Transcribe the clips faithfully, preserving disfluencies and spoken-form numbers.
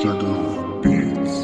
Shadow Beats.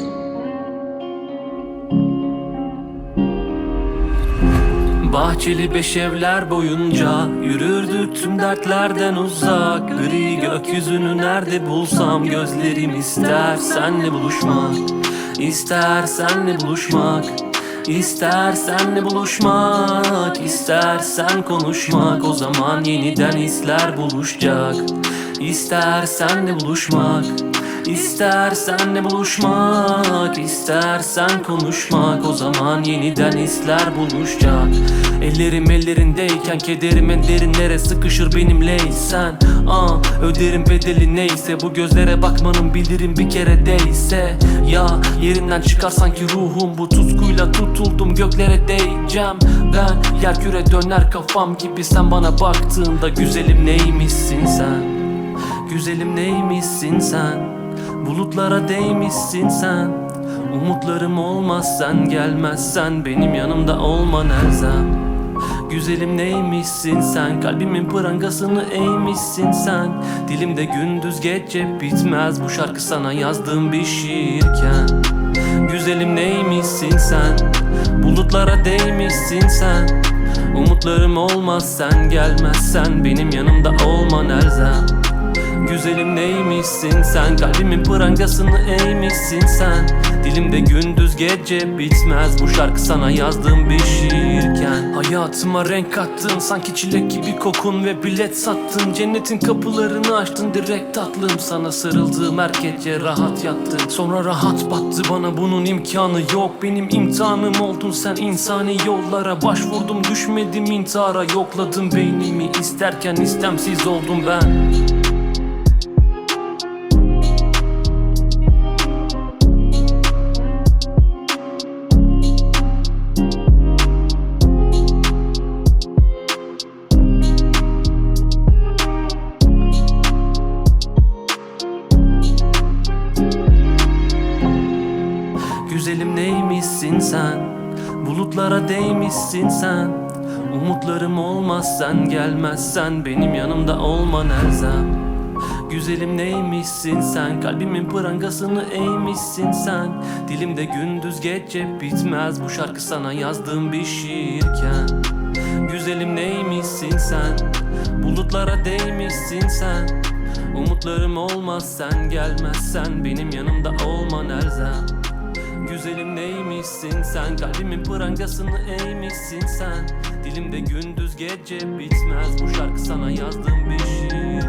Bahçeli beş evler boyunca yürürdük tüm dertlerden uzak. Gri gökyüzünü nerede bulsam gözlerim ister senle buluşmak. İster senle buluşmak. İster senle buluşmak. İstersen konuşmak. O zaman yeniden hisler buluşacak. İster senle buluşmak. İster senle buluşmak, istersen konuşmak. O zaman yeniden hisler buluşacak. Ellerim ellerindeyken kederim en derinlere sıkışır benimleysen. Aa, öderim bedeli neyse, bu gözlere bakmanın bilirim bir kere değse. Ya yerinden çıkar sanki ruhum, bu tutkuyla tutuldum göklere değeceğim. Ben yerküre döner kafam gibi sen bana baktığında. Güzelim neymişsin sen, güzelim neymişsin sen, bulutlara değmişsin sen. Umutlarım olmaz sen gelmezsen, benim yanımda olman elzem. Güzelim neymişsin sen, kalbimin prangasını eğmişsin sen. Dilimde gündüz gece bitmez bu şarkı sana yazdığım bir şiirken. Güzelim neymişsin sen, bulutlara değmişsin sen. Umutlarım olmaz sen gelmezsen, benim yanımda olman elzem. Güzelim neymişsin sen, kalbimin prangasını eğmişsin sen. Dilimde gündüz gece bitmez bu şarkı sana yazdığım bir şiirken. Hayatıma renk kattın, sanki çilek gibi kokun ve bilet sattın. Cennetin kapılarını açtın direkt tatlım, sana sarıldığım her gece rahat yattın. Sonra rahat battı bana, bunun imkanı yok. Benim imtihanım oldun sen, insani yollara başvurdum, düşmedim intihara. Yokladım beynimi, isterken istemsiz oldum ben. Güzelim neymişsin sen, bulutlara değmişsin sen. Umutlarım olmaz sen gelmezsen, benim yanımda olman elzem. Güzelim neymişsin sen, kalbimin prangasını eğmişsin sen. Dilimde gündüz gece bitmez bu şarkı sana yazdığım bir şiirken. Güzelim neymişsin sen, bulutlara değmişsin sen. Umutlarım olmaz sen gelmezsen, benim yanımda olman elzem. Güzelim neymişsin sen, kalbimin prangasını eğmişsin sen. Dilimde gündüz gece bitmez bu şarkı sana yazdığım bir şiir.